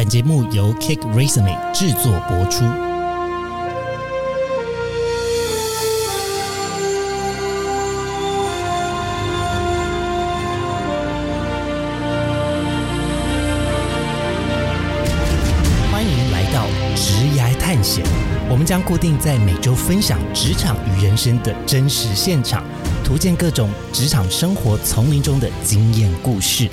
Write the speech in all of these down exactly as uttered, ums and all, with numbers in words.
本节目由 Kick Resume 制作播出。欢迎来到职涯探险，我们将固定在每周分享职场与人生的真实现场，图鉴各种职场生活丛林中的经验故事。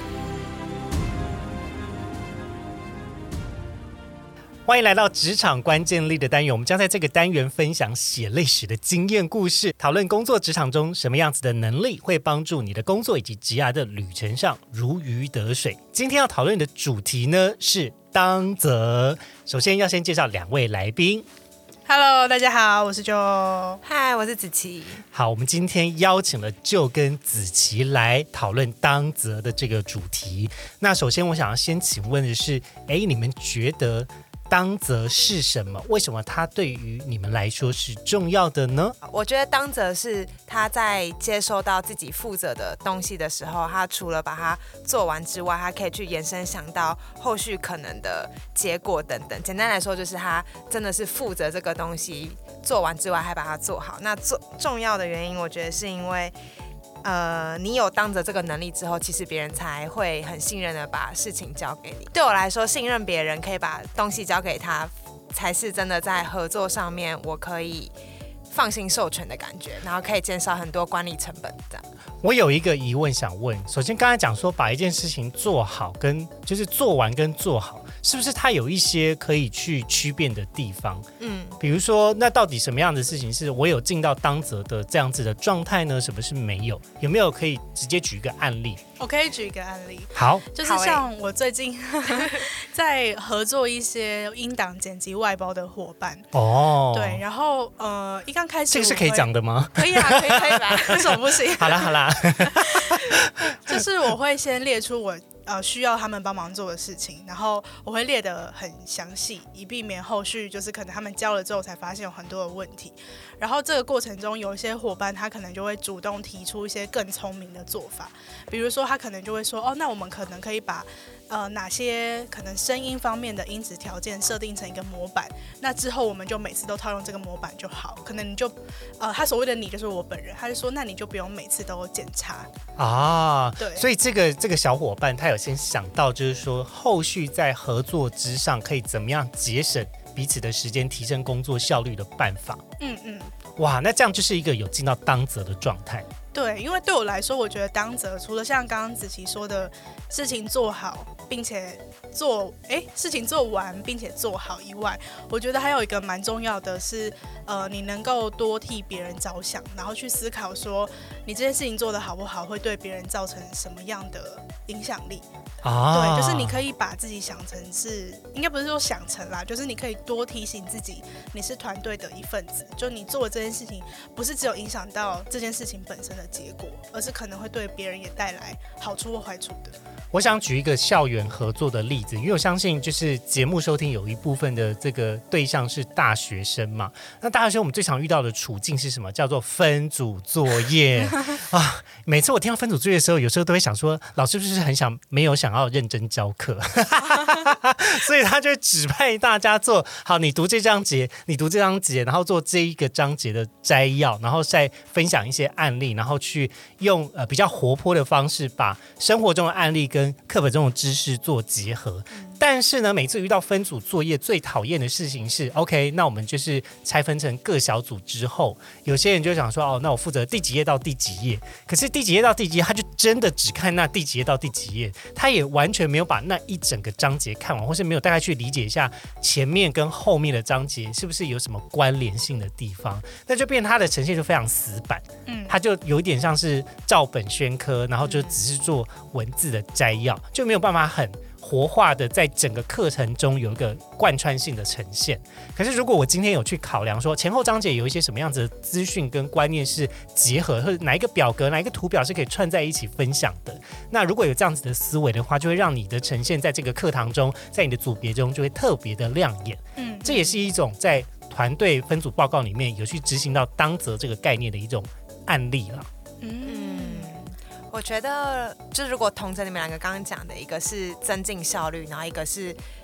欢迎来到职场关键力的单元，我们将在这个单元分享血泪史的经验故事，讨论工作职场中什么样子的能力会帮助你的工作以及职涯的旅程上如鱼得水。今天要讨论的主题呢是当责。首先要先介绍两位来宾。 Hello， 大家好，我是 Jo。 嗨，我是子琪。 好，我们今天邀请了 Jo 跟子琪来讨论当责的这个主题。那首先我想要先请问的是，哎，你们觉得当责是什么？为什么它对于你们来说是重要的呢？ 我觉得当责是他在接收到自己负责的东西的时候，他除了把它做完之外，他可以去延伸想到后续可能的结果等等。简单来说，就是他真的是负责这个东西做完之外，还把它做好。那做重要的原因，我觉得是因为呃，你有当责这个能力之后，其实别人才会很信任的把事情交给你。对我来说，信任别人可以把东西交给他，才是真的在合作上面我可以放心授权的感觉，然后可以减少很多管理成本这样。 我有一个疑问想问，首先刚才讲说把一件事情做好跟就是做完跟做好，是不是它有一些可以去区辨的地方？嗯，比如说那到底什么样的事情是我有尽到当责的这样子的状态呢？什么是没有？有没有可以直接举一个案例？ 我可以举一个案例。 好， 就是像我最近在合作一些音档剪辑外包的伙伴哦，对，然后呃，一刚开始这个是可以讲的吗？ 可以啊，可以可以吧？为什么不行？ 好啦好啦， 就是我会先列出我呃需要他们帮忙做的事情，然后我会列得很详细，以避免后续就是可能他们交了之后才发现有很多的问题。然后这个过程中，有一些伙伴他可能就会主动提出一些更聪明的做法，比如说他可能就会说，哦，那我们可能可以把呃哪些可能声音方面的音质条件设定成一个模板，那之后我们就每次都套用这个模板就好。可能你就呃他所谓的你就是我本人，他就说那你就不用每次都检查啊。 对， 所以这个这个小伙伴他有先想到，就是说后续在合作之上可以怎么样节省彼此的时间，提升工作效率的办法。嗯嗯，哇，那这样就是一个有尽到当责的状态。 对，因为对我来说，我觉得当责除了像刚刚子琪说的事情做好，并且做哎事情做完并且做好以外，我觉得还有一个蛮重要的是，呃，你能够多替别人着想，然后去思考说你这件事情做得好不好，会对别人造成什么样的影响力。啊，对，就是你可以把自己想成是，应该不是说想成啦，就是你可以多提醒自己，你是团队的一份子，就你做的这件事情，不是只有影响到这件事情本身的结果，而是可能会对别人也带来好处或坏处的。 我想举一个校园合作的例子，因为我相信就是节目收听有一部分的这个对象是大学生嘛。那大学生我们最常遇到的处境是什么？叫做分组作业啊！每次我听到分组作业的时候，有时候都会想说，老师是不是很想没有想要认真教课，所以他就指派大家做好，你读这章节，你读这章节，然后做这一个章节的摘要，然后再分享一些案例，然后去用呃比较活泼的方式，把生活中的案例跟跟课本中的知识做结合。但是呢，每次遇到分组作业最讨厌的事情是 OK， 那我们就是拆分成各小组之后，有些人就想说，哦，那我负责第几页到第几页，可是第几页到第几页他就真的只看那第几页到第几页，他也完全没有把那一整个章节看完，或是没有大概去理解一下前面跟后面的章节是不是有什么关联性的地方，那就变成他的呈现就非常死板，嗯，他就有一点像是照本宣科，然后就只是做文字的摘要，就没有办法很活化的在整个课程中有一个贯穿性的呈现。可是如果我今天有去考量说前后章节有一些什么样子的资讯跟观念是结合，或者哪一个表格哪一个图表是可以串在一起分享的，那如果有这样子的思维的话，就会让你的呈现在这个课堂中，在你的组别中就会特别的亮眼。嗯，这也是一种在团队分组报告里面有去执行到当责这个概念的一种案例了。 嗯，我觉得就如果同着你们两个刚刚讲的，一个是增进效率，然后一个是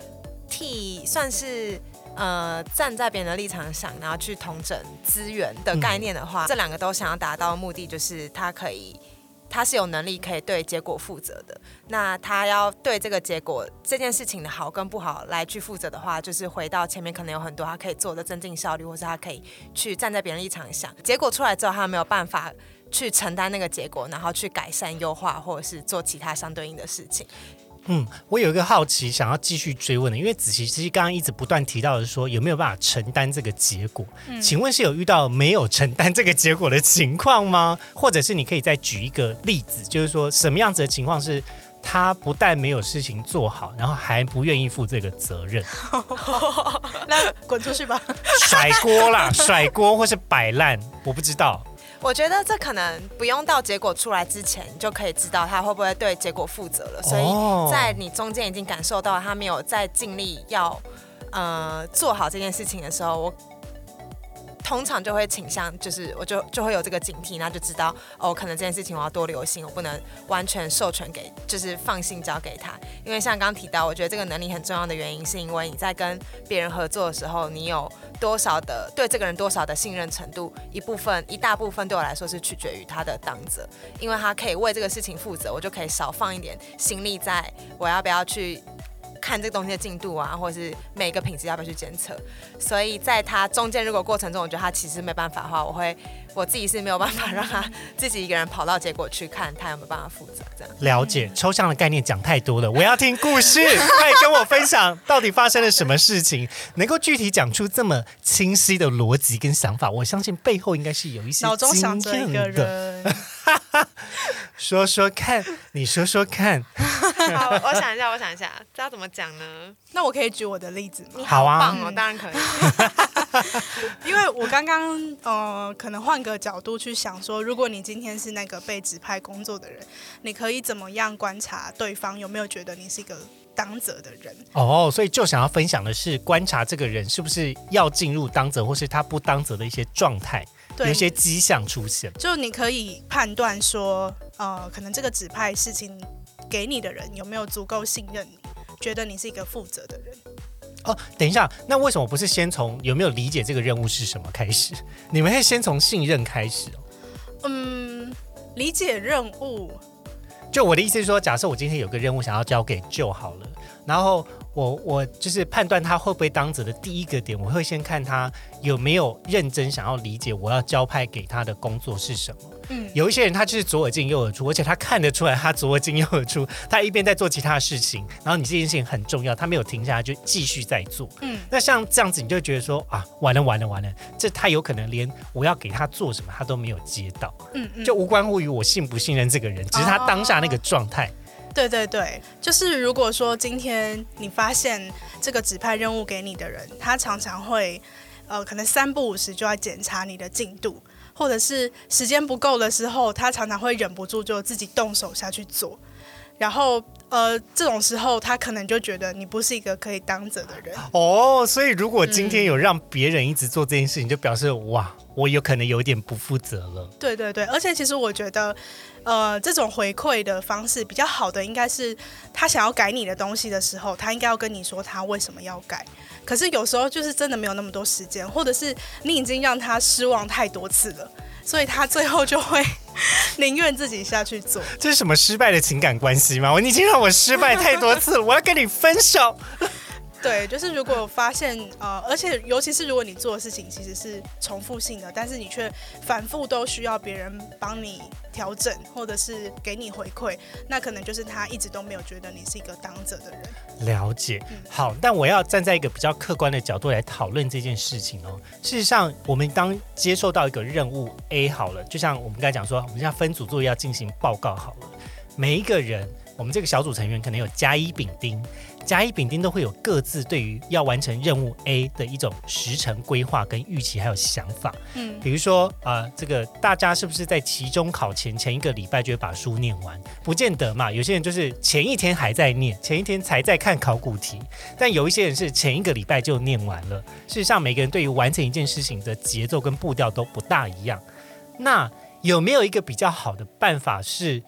替算是。呃，站在别人的立场想，然后去统整资源的概念的话，嗯、这两个都想要达到的目的，就是他可以，他是有能力可以对结果负责的。那他要对这个结果这件事情的好跟不好来去负责的话，就是回到前面可能有很多他可以做的增进效率，或是他可以去站在别人立场想，结果出来之后他没有办法去承担那个结果，然后去改善优化，或者是做其他相对应的事情。 嗯，我有一个好奇想要继续追问的，因为子琪其实刚刚一直不断提到的说有没有办法承担这个结果、嗯、请问是有遇到没有承担这个结果的情况吗？或者是你可以再举一个例子，就是说什么样子的情况是他不但没有事情做好，然后还不愿意负这个责任？ 那滚出去吧。 甩锅啦，甩锅或是摆烂，我不知道。 我觉得这可能不用到结果出来之前，你就可以知道他会不会对结果负责了。所以在你中间已经感受到他没有在尽力要呃做好这件事情的时候，我通常就会倾向，就是我就就会有这个警惕，那就知道哦，可能这件事情我要多留心，我不能完全授权给，就是放心交给他。因为像刚刚提到，我觉得这个能力很重要的原因，是因为你在跟别人合作的时候，你有多少的对这个人多少的信任程度，一部分一大部分对我来说是取决于他的当责，因为他可以为这个事情负责，我就可以少放一点心力在我要不要去看这个东西的进度啊，或者是每个品质要不要去监测。所以在他中间如果过程中我觉得他其实没办法的话，我会我自己是没有办法让他自己一个人跑到结果去看他有没有办法负责这样。 了解，抽象的概念讲太多了，我要听故事。快跟我分享到底发生了什么事情，能够具体讲出这么清晰的逻辑跟想法，我相信背后应该是有一些脑中想着一个人。 说说看，你说说看。 好，我想一下，我想一下，这要怎么讲呢？ 那我可以举我的例子吗？ 好啊， 棒哦，当然可以。 因为我刚刚呃，可能换个角度去想说，如果你今天是那个被指派工作的人，你可以怎么样观察对方有没有觉得你是一个当责的人？ 哦，所以就想要分享的是观察这个人是不是要进入当责，或是他不当责的一些状态。有一些迹象出现， 就你可以判断说，呃，可能这个指派事情给你的人有没有足够信任你，觉得你是一个负责的人。 哦，等一下，那为什么不是先从有没有理解这个任务是什么开始？你们会先从信任开始哦？ 嗯，理解任务。 就我的意思是说，假设我今天有个任务想要交给就好了，然后我我就是判断他会不会当责的第一个点，我会先看他有没有认真想要理解我要交派给他的工作是什么。嗯，有一些人他就是左耳进右耳出，而且他看得出来他左耳进右耳出，他一边在做其他的事情，然后你这件事情很重要，他没有停下来就继续在做。嗯，那像这样子，你就觉得说啊，完了完了完了，这他有可能连我要给他做什么他都没有接到。嗯嗯，就无关乎于我信不信任这个人，只是他当下那个状态。哦， 对对对，就是如果说今天你发现这个指派任务给你的人，他常常会呃，可能三不五时就要检查你的进度，或者是时间不够的时候，他常常会忍不住就自己动手下去做，然后呃，这种时候他可能就觉得你不是一个可以当责的人。 哦，所以如果今天有让别人一直做这件事情，嗯，就表示哇，我有可能有点不负责了。 对对对，而且其实我觉得呃，这种回馈的方式比较好的应该是他想要改你的东西的时候，他应该要跟你说他为什么要改。可是有时候就是真的没有那么多时间，或者是你已经让他失望太多次了，所以他最后就会宁愿自己下去做。 这是什么失败的情感关系吗？你已经让我失败太多次了，我要跟你分手。 对，就是如果发现呃，而且尤其是如果你做的事情其实是重复性的，但是你却反复都需要别人帮你调整，或者是给你回馈，那可能就是他一直都没有觉得你是一个当责的人。 了解，好，但我要站在一个比较客观的角度来讨论这件事情哦。事实上，我们当接受到一个任务 A 好了，就像我们刚才讲说，我们现在分组作业要进行报告好了，每一个人，我们这个小组成员可能有甲乙丙丁。甲乙丙丁都会有各自对于要完成任务 A 的一种时程规划跟预期还有想法。嗯，比如说呃，这个大家是不是在期中考前前一个礼拜就会把书念完？不见得嘛，有些人就是前一天还在念，前一天才在看考古题，但有一些人是前一个礼拜就念完了。事实上，每个人对于完成一件事情的节奏跟步调都不大一样。那有没有一个比较好的办法是，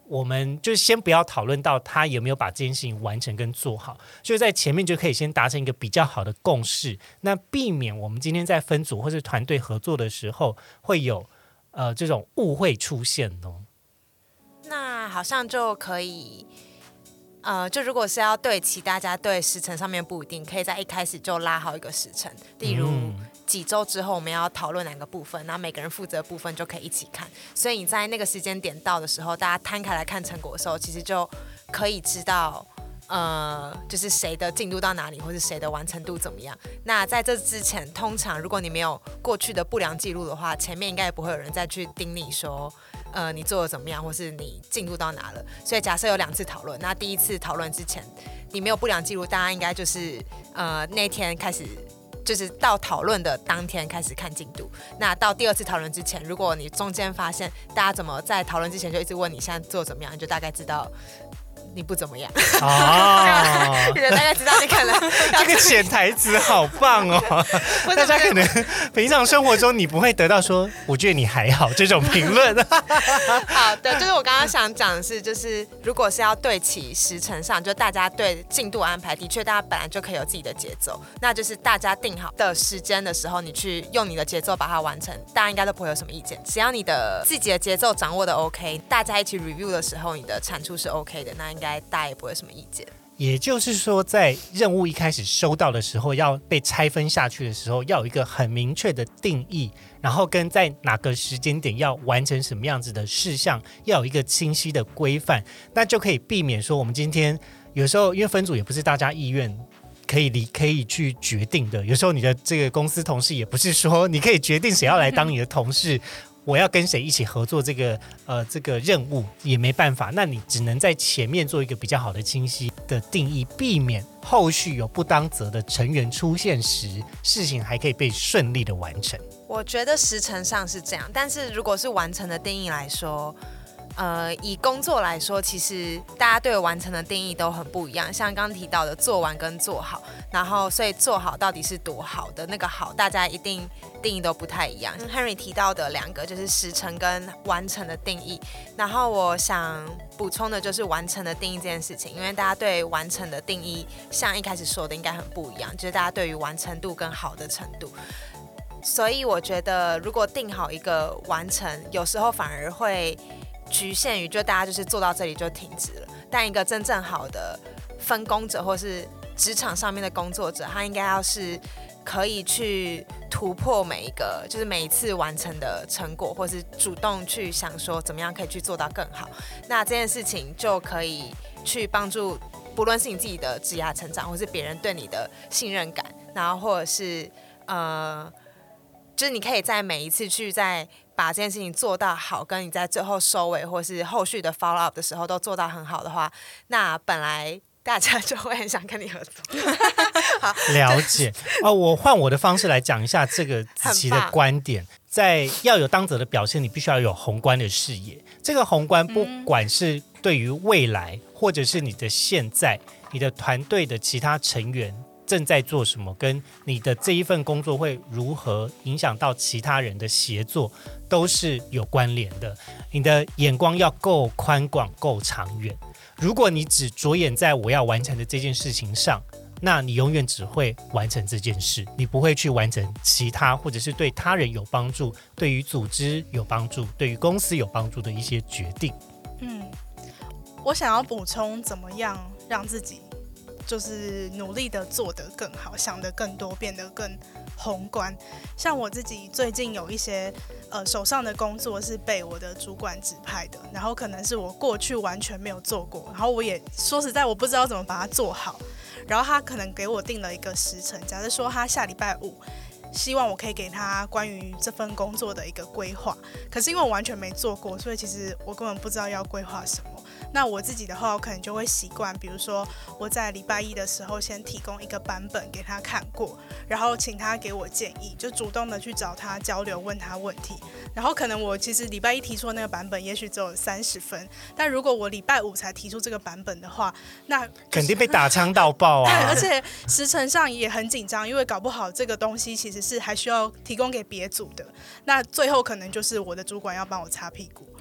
我们就先不要讨论到他有没有把这件事情完成跟做好，就在前面就可以先达成一个比较好的共识，那避免我们今天在分组或是团队合作的时候会有呃这种误会出现哦。 那好像就可以。呃，就如果是要对齐，大家对时程上面不一定，可以在一开始就拉好一个时程，例如几周之后我们要讨论哪个部分，然后每个人负责的部分就可以一起看，所以你在那个时间点到的时候，大家摊开来看成果的时候，其实就可以知道呃，就是谁的进度到哪里，或是谁的完成度怎么样。那在这之前，通常如果你没有过去的不良记录的话，前面应该也不会有人再去盯你说呃，你做的怎么样，或是你进度到哪了？所以假设有两次讨论，那第一次讨论之前，你没有不良记录，大家应该就是呃那天开始，就是到讨论的当天开始看进度。那到第二次讨论之前，如果你中间发现大家怎么在讨论之前就一直问你现在做怎么样，你就大概知道你不怎么样哦，你就大概知道你可能这个潜台词好棒哦。大家可能平常生活中你不会得到说我觉得你还好这种评论。 好的，就是我刚刚想讲的是，就是如果是要对齐时程上，就大家对进度安排，的确大家本来就可以有自己的节奏，那就是大家定好的时间的时候，你去用你的节奏把它完成，大家应该都不会有什么意见。只要你的自己的节奏掌握的 OK， 大家一起 review 的时候，你的产出是 OK 的，那应该大家也不会有什么意见。 也就是说，在任务一开始收到的时候，要被拆分下去的时候，要有一个很明确的定义，然后跟在哪个时间点要完成什么样子的事项，要有一个清晰的规范，那就可以避免说我们今天有时候因为分组也不是大家意愿可以离可以去决定的，有时候你的这个公司同事也不是说你可以决定谁要来当你的同事。我要跟谁一起合作这个呃这个任务也没办法，那你只能在前面做一个比较好的清晰的定义，避免后续有不当责的成员出现时，事情还可以被顺利的完成。 我觉得时程上是这样，但是如果是完成的定义来说，呃，以工作来说，其实大家对完成的定义都很不一样。像刚刚提到的做完跟做好，然后所以做好到底是多好的那个好，大家一定定义都不太一样。Henry 提到的两个就是时程跟完成的定义，然后我想补充的就是完成的定义这件事情，因为大家对完成的定义像一开始说的应该很不一样，就是大家对于完成度跟好的程度。所以我觉得如果定好一个完成，有时候反而会局限于就大家就是做到这里就停止了，但一个真正好的分工者或是职场上面的工作者，他应该要是可以去突破每一个就是每一次完成的成果，或是主动去想说怎么样可以去做到更好，那这件事情就可以去帮助不论是你自己的职业成长，或是别人对你的信任感，然后或者是呃就是你可以在每一次去在把这件事情做到好，跟你在最后收尾或是后续的 follow up 的时候都做到很好的话，那本来大家就会很想跟你合作。好， 了解哦。我换我的方式来讲一下这个子琪的观点，在要有当责的表现，你必须要有宏观的视野。这个宏观不管是对于未来，或者是你的现在，你的团队的其他成员正在做什么，跟你的这一份工作会如何影响到其他人的协作，都是有关联的。你的眼光要够宽广、够长远。如果你只着眼在我要完成的这件事情上，那你永远只会完成这件事，你不会去完成其他或者是对他人有帮助、对于组织有帮助、对于公司有帮助的一些决定。 嗯，我想要补充怎么样让自己就是努力的做得更好，想得更多，变得更宏观。像我自己最近有一些呃手上的工作是被我的主管指派的，然后可能是我过去完全没有做过，然后我也说实在我不知道怎么把它做好，然后他可能给我定了一个时程，假设说他下礼拜五希望我可以给他关于这份工作的一个规划，可是因为我完全没做过，所以其实我根本不知道要规划什么。那我自己的话，我可能就会习惯，比如说我在礼拜一的时候先提供一个版本给他看过，然后请他给我建议，就主动的去找他交流，问他问题。然后可能我其实礼拜一提出的那个版本也许只有三十分，但如果我礼拜五才提出这个版本的话，那肯定被打枪到爆啊！ 而且时程上也很紧张，因为搞不好这个东西其实是还需要提供给别组的，那最后可能就是我的主管要帮我擦屁股。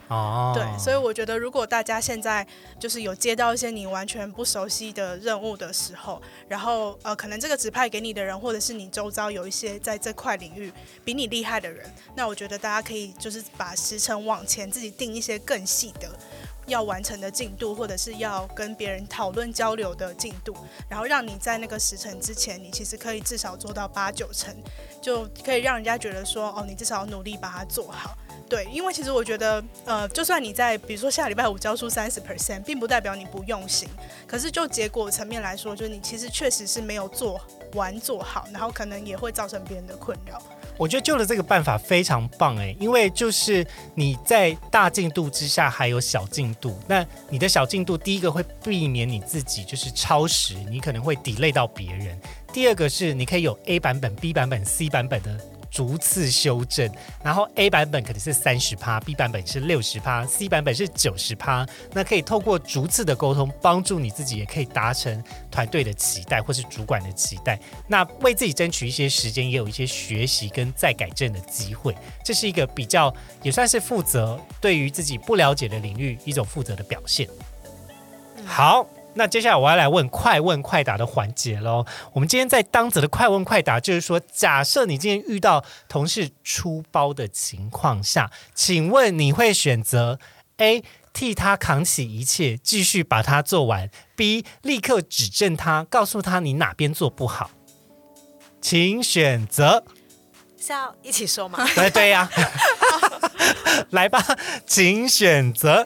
哦， 对，所以我觉得如果大家现在就是有接到一些你完全不熟悉的任务的时候，然后呃，可能这个指派给你的人，或者是你周遭有一些在这块领域比你厉害的人，那我觉得大家可以就是把时程往前，自己定一些更细的要完成的进度，或者是要跟别人讨论交流的进度，然后让你在那个时程之前，你其实可以至少做到八九成，就可以让人家觉得说，哦，你至少努力把它做好。对，因为其实我觉得，呃，就算你在比如说下礼拜五交出三十 percent， 并不代表你不用心。可是就结果层面来说，就是你其实确实是没有做完做好，然后可能也会造成别人的困扰。 我觉得就的这个办法非常棒哎，因为就是你在大进度之下还有小进度，那你的小进度第一个会避免你自己就是超时，你可能会 delay 到别人。第二个是你可以有 A 版本、B 版本、C 版本的逐次修正，然后 A 版本可能是 百分之三十 ，B 版本是 百分之六十 ，C 版本是 百分之九十， 那可以透过逐次的沟通帮助你自己，也可以达成团队的期待或是主管的期待，那为自己争取一些时间，也有一些学习跟再改正的机会，这是一个比较也算是负责对于自己不了解的领域一种负责的表现。好，那接下来我要来问快问快答的环节咯。我们今天在当责的快问快答，就是说假设你今天遇到同事出包的情况下，请问你会选择 A 替他扛起一切继续把它做完， B 立刻指正他告诉他你哪边做不好，请选择。 是要一起说吗？ 对对呀、啊，来吧，请选择。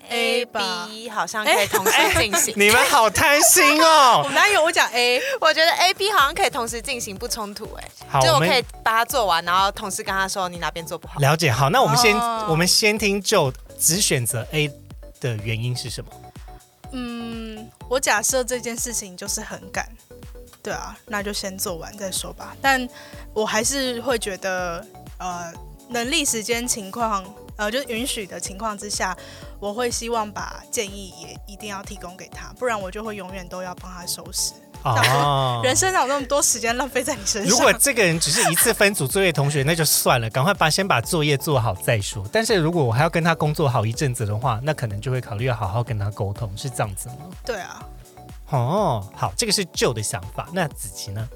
A B 好像可以同时进行， 你们好贪心哦！ 我哪有我讲 A， 我觉得 A B 好像可以同时进行，不冲突哎。 好， 就我可以把它做完，然后同时跟他说你哪边做不好。 了解，好，那我们先、 哦、 我们先听就只选择 A 的原因是什么？ 嗯，我假设这件事情就是很赶，对啊，那就先做完再说吧。但我还是会觉得，呃，能力、时间情况。呃，就是允许的情况之下，我会希望把建议也一定要提供给他，不然我就会永远都要帮他收拾。哦，人生哪有那么多时间浪费在你身上？ 如果这个人只是一次分组作业同学，那就算了，赶快把先把作业做好再说。但是如果我还要跟他工作好一阵子的话，那可能就会考虑要好好跟他沟通，是这样子吗？ 对啊。 哦，好，这个是旧的想法。那子琪呢？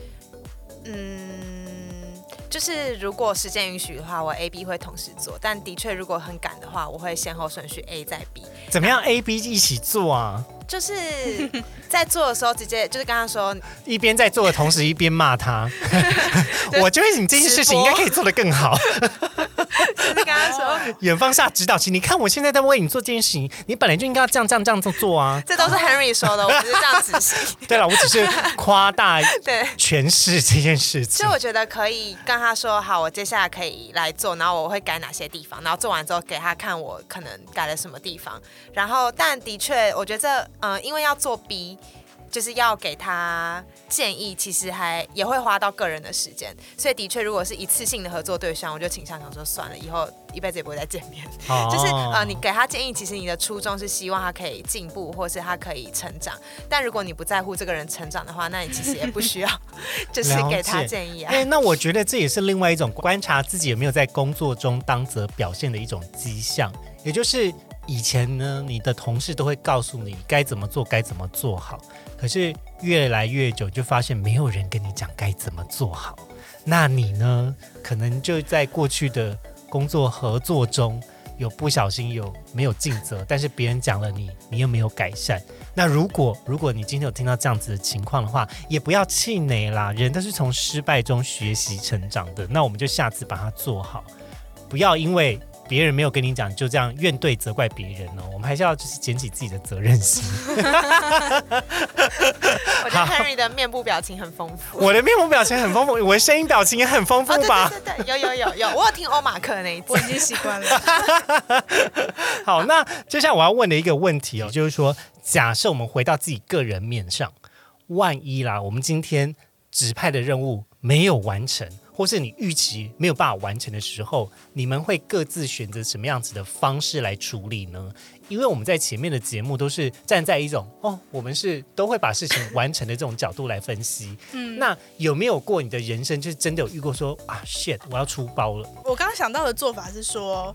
嗯。就是如果时间允许的话，我 A、B 会同时做，但的确如果很赶的话，我会先后顺序 A 再 B。 怎么样 A、B 一起做啊？ 就是在做的时候直接就是跟他说， 一边在做的同时一边骂他。我觉得你这件事情应该可以做得更好。 就是跟他说， 远方下指导期，你看我现在在为你做这件事情，你本来就应该要这样这样这样做啊。 这都是 Henry 说的，我只是这样执行。 对了，我只是夸大对诠释这件事情。 就我觉得可以跟他说，好，我接下来可以来做，然后我会改哪些地方，然后做完之后给他看我可能改了什么地方。然后，但的确，我觉得这，嗯、呃，因为要做 B。就是要给他建议，其实还也会花到个人的时间，所以的确，如果是一次性的合作对象，我就倾向想说算了，以后一辈子也不会再见面。哦、就是呃，你给他建议，其实你的初衷是希望他可以进步，或是他可以成长。但如果你不在乎这个人成长的话，那你其实也不需要就是给他建议啊。 哎，那我觉得这也是另外一种观察自己有没有在工作中当责表现的一种迹象，也就是以前呢，你的同事都会告诉你该怎么做，该怎么做好。可是越来越久，就发现没有人跟你讲该怎么做好。那你呢？可能就在过去的工作合作中，有不小心有没有尽责，但是别人讲了你，你又没有改善。那如果如果你今天有听到这样子的情况的话，也不要气馁啦，人都是从失败中学习成长的。那我们就下次把它做好，不要因为别人没有跟你讲，就这样怨怼责怪别人哦。我们还是要就是捡起自己的责任心。 我觉得 Henry 的面部表情很丰富， 我的面部表情很丰富，我的声音表情也很丰富吧？ 哦、对对对对，有有有有，我有听欧马克那一集， 我已经习惯了。 好，那接下来我要问的一个问题哦，就是说，假设我们回到自己个人面上，万一啦，我们今天指派的任务没有完成，或是你预期没有办法完成的时候，你们会各自选择什么样子的方式来处理呢？因为我们在前面的节目都是站在一种哦，我们是都会把事情完成的这种角度来分析。嗯，那有没有过你的人生就是真的有遇过说啊 shit 我要出包了？ 我刚刚想到的做法是说，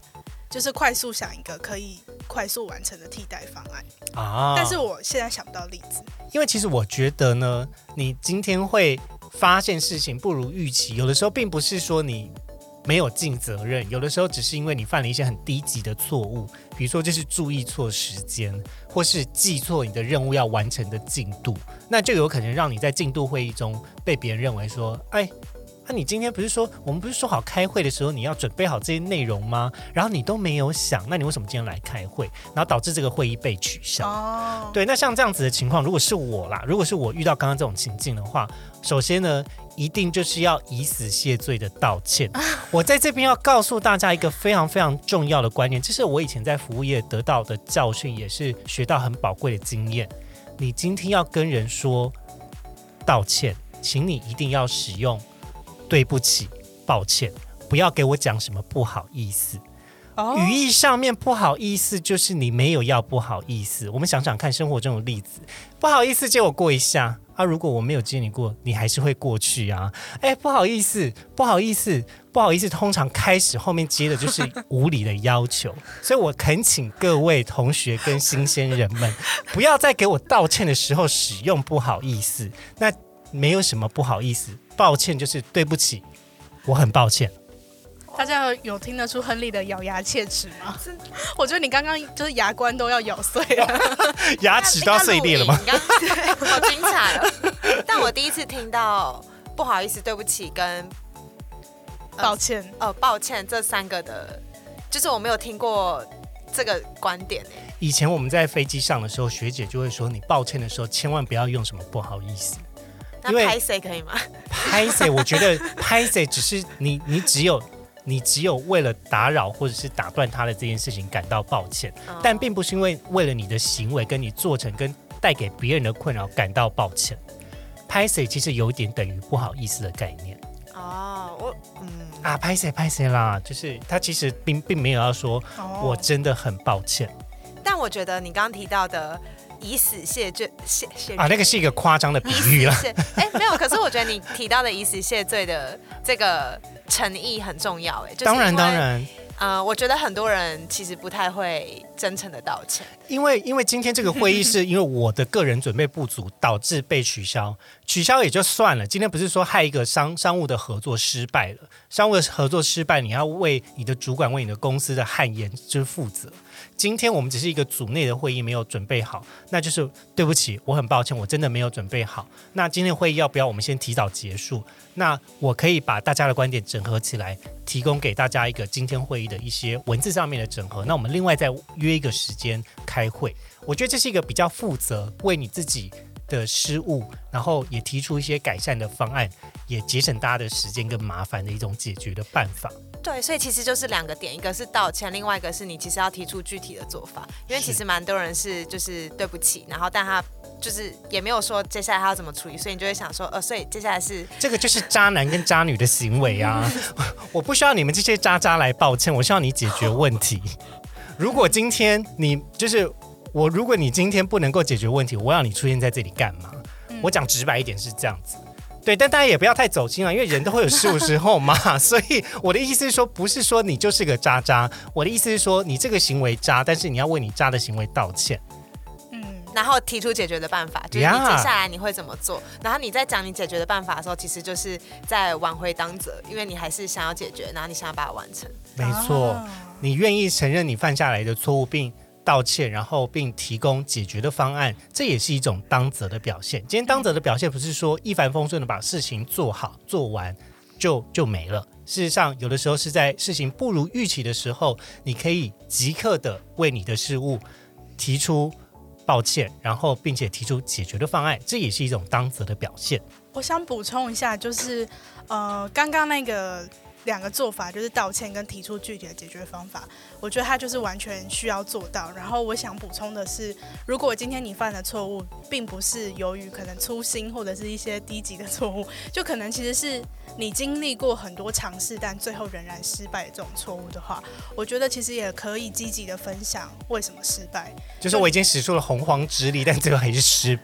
就是快速想一个可以快速完成的替代方案啊。 但是我现在想不到例子， 因为其实我觉得呢，你今天会发现事情不如预期，有的时候并不是说你没有尽责任，有的时候只是因为你犯了一些很低级的错误，比如说就是注意错时间，或是记错你的任务要完成的进度，那就有可能让你在进度会议中被别人认为说，哎，那、啊、你今天不是说我们不是说好开会的时候你要准备好这些内容吗？然后你都没有想，那你为什么今天来开会？然后导致这个会议被取消。 哦， 对，那像这样子的情况，如果是我啦，如果是我遇到刚刚这种情境的话，首先呢，一定就是要以死谢罪的道歉。我在这边要告诉大家一个非常非常重要的观念，这是我以前在服务业得到的教训，也是学到很宝贵的经验。你今天要跟人说道歉，请你一定要使用对不起、抱歉，不要给我讲什么不好意思。 哦语义上面不好意思，就是你没有要不好意思。我们想想看，生活中的例子，不好意思借我过一下啊，如果我没有接你过，你还是会过去啊。哎，不好意思，不好意思，不好意思，通常开始后面接的就是无理的要求。所以我恳请各位同学跟新鲜人们，不要在给我道歉的时候使用不好意思。那没有什么不好意思，抱歉就是对不起，我很抱歉。 大家有听得出亨利的咬牙切齿吗？我觉得你刚刚就是牙关都要咬碎了， 牙齿都要碎裂了吗？ 你刚刚好精彩哦！但我第一次听到不好意思、对不起跟、 呃、抱歉， 呃，抱歉这三个的，就是我没有听过这个观点诶。 以前我们在飞机上的时候，学姐就会说，你抱歉的时候千万不要用什么不好意思。 那拍谁可以吗？ 拍谁？我觉得拍谁只是你，你只有。你只有为了打扰或者是打断他的这件事情感到抱歉，哦、但并不是因为为了你的行为跟你做成跟带给别人的困扰感到抱歉。拍谁其实有点等于不好意思的概念。 哦，我嗯啊，拍谁拍谁啦，就是他其实并并没有要说、哦、我真的很抱歉。 但我觉得你刚刚提到的以死谢罪谢谢啊，那个是一个夸张的比喻啦。 哎，没有，可是我觉得你提到的以死谢罪的这个诚意很重要，哎，就是、 当然当然。 呃，我觉得很多人其实不太会真诚的道歉， 因为因为今天这个会议是因为我的个人准备不足导致被取消，取消也就算了，今天不是说害一个商商务的合作失败了，商务的合作失败，你要为你的主管为你的公司的汗颜就是负责。今天我们只是一个组内的会议没有准备好，那就是对不起，我很抱歉，我真的没有准备好。那今天会议要不要我们先提早结束？那我可以把大家的观点整合起来，提供给大家一个今天会议的一些文字上面的整合。那我们另外再约一个时间开会。我觉得这是一个比较负责，为你自己的失误，然后也提出一些改善的方案，也节省大家的时间跟麻烦的一种解决的办法。 对，所以其实就是两个点，一个是道歉，另外一个是你其实要提出具体的做法，因为其实蛮多人是就是对不起，然后但他就是也没有说接下来他要怎么处理，所以你就会想说，呃，所以接下来是这个就是渣男跟渣女的行为啊！我不需要你们这些渣渣来抱歉，我需要你解决问题。如果今天你就是我，如果你今天不能够解决问题，我要你出现在这里干嘛？嗯、我讲直白一点是这样子。对，但大家也不要太走心了，因为人都会有失误时候嘛。所以我的意思是说，不是说你就是个渣渣，我的意思是说，你这个行为渣，但是你要为你渣的行为道歉。 嗯，然后提出解决的办法，就是你接下来你会怎么做。Yeah. 然后你在讲你解决的办法的时候，其实就是在挽回当责，因为你还是想要解决，然后你想要把它完成。 没错，哦、你愿意承认你犯下来的错误，并道歉，然后并提供解决的方案，这也是一种当责的表现。今天当责的表现不是说一帆风顺的把事情做好做完就就没了，事实上有的时候是在事情不如预期的时候，你可以即刻的为你的失误提出抱歉，然后并且提出解决的方案，这也是一种当责的表现。 我想补充一下，就是呃，刚刚那个两个做法，就是道歉跟提出具体的解决方法，我觉得它就是完全需要做到。然后我想补充的是，如果今天你犯的错误并不是由于可能粗心或者是一些低级的错误，就可能其实是你经历过很多尝试但最后仍然失败的这种错误的话，我觉得其实也可以积极的分享为什么失败。 就是我已经使出了洪荒之力，但最后还是失败。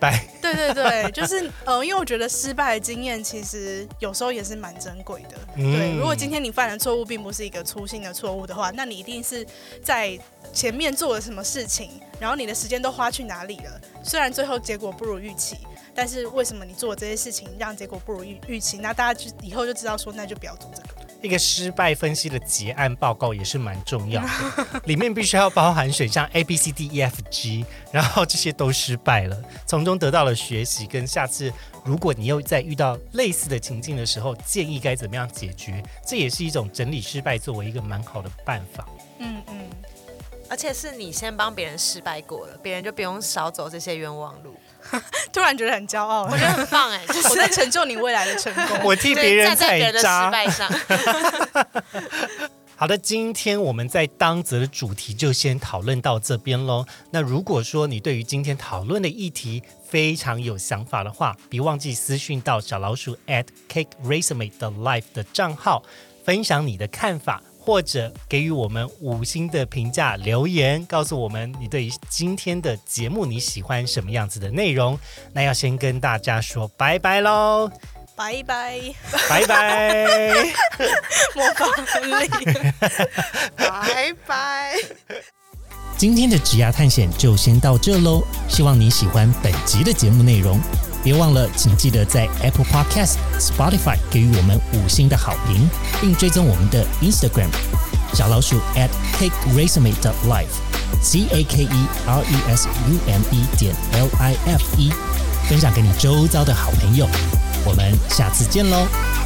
对对对，就是呃，因为我觉得失败的经验其实有时候也是蛮珍贵的。嗯、对，如果今天你犯的错误并不是一个粗心的错误的话，那你一定是在前面做了什么事情，然后你的时间都花去哪里了？虽然最后结果不如预期，但是为什么你做这些事情让结果不如预期？那大家就以后就知道说，那就不要做这个。 一个失败分析的结案报告也是蛮重要的，里面必须要包含选项 A B C D E F G， 然后这些都失败了，从中得到了学习，跟下次如果你又在遇到类似的情境的时候，建议该怎么样解决，这也是一种整理失败作为一个蛮好的办法。 嗯嗯， 而且是你先帮别人失败过了，别人就不用少走这些冤枉路。 突然觉得很骄傲， 我觉得很棒哎，就是我在成就你未来的成功。 我替别人踩站在别人的失败上。 好的，今天我们在当则的主题就先讨论到这边咯。那如果说你对于今天讨论的议题非常有想法的话，别忘记私讯到小老鼠 at cake resume 的 life 的账号，分享你的看法，或者给予我们五星的评价留言，告诉我们你对于今天的节目你喜欢什么样子的内容。那要先跟大家说拜拜咯， 拜拜拜拜模仿很厉拜拜。 今天的职涯探险就先到这咯，希望你喜欢本集的节目内容，别忘了请记得在 Apple Podcast、Spotify 给予我们五星的好评，并追踪我们的 Instagram 小老鼠 at cake resume 的 life C A K E R E S U M E 点 L I F E， 分享给你周遭的好朋友。我们下次见咯。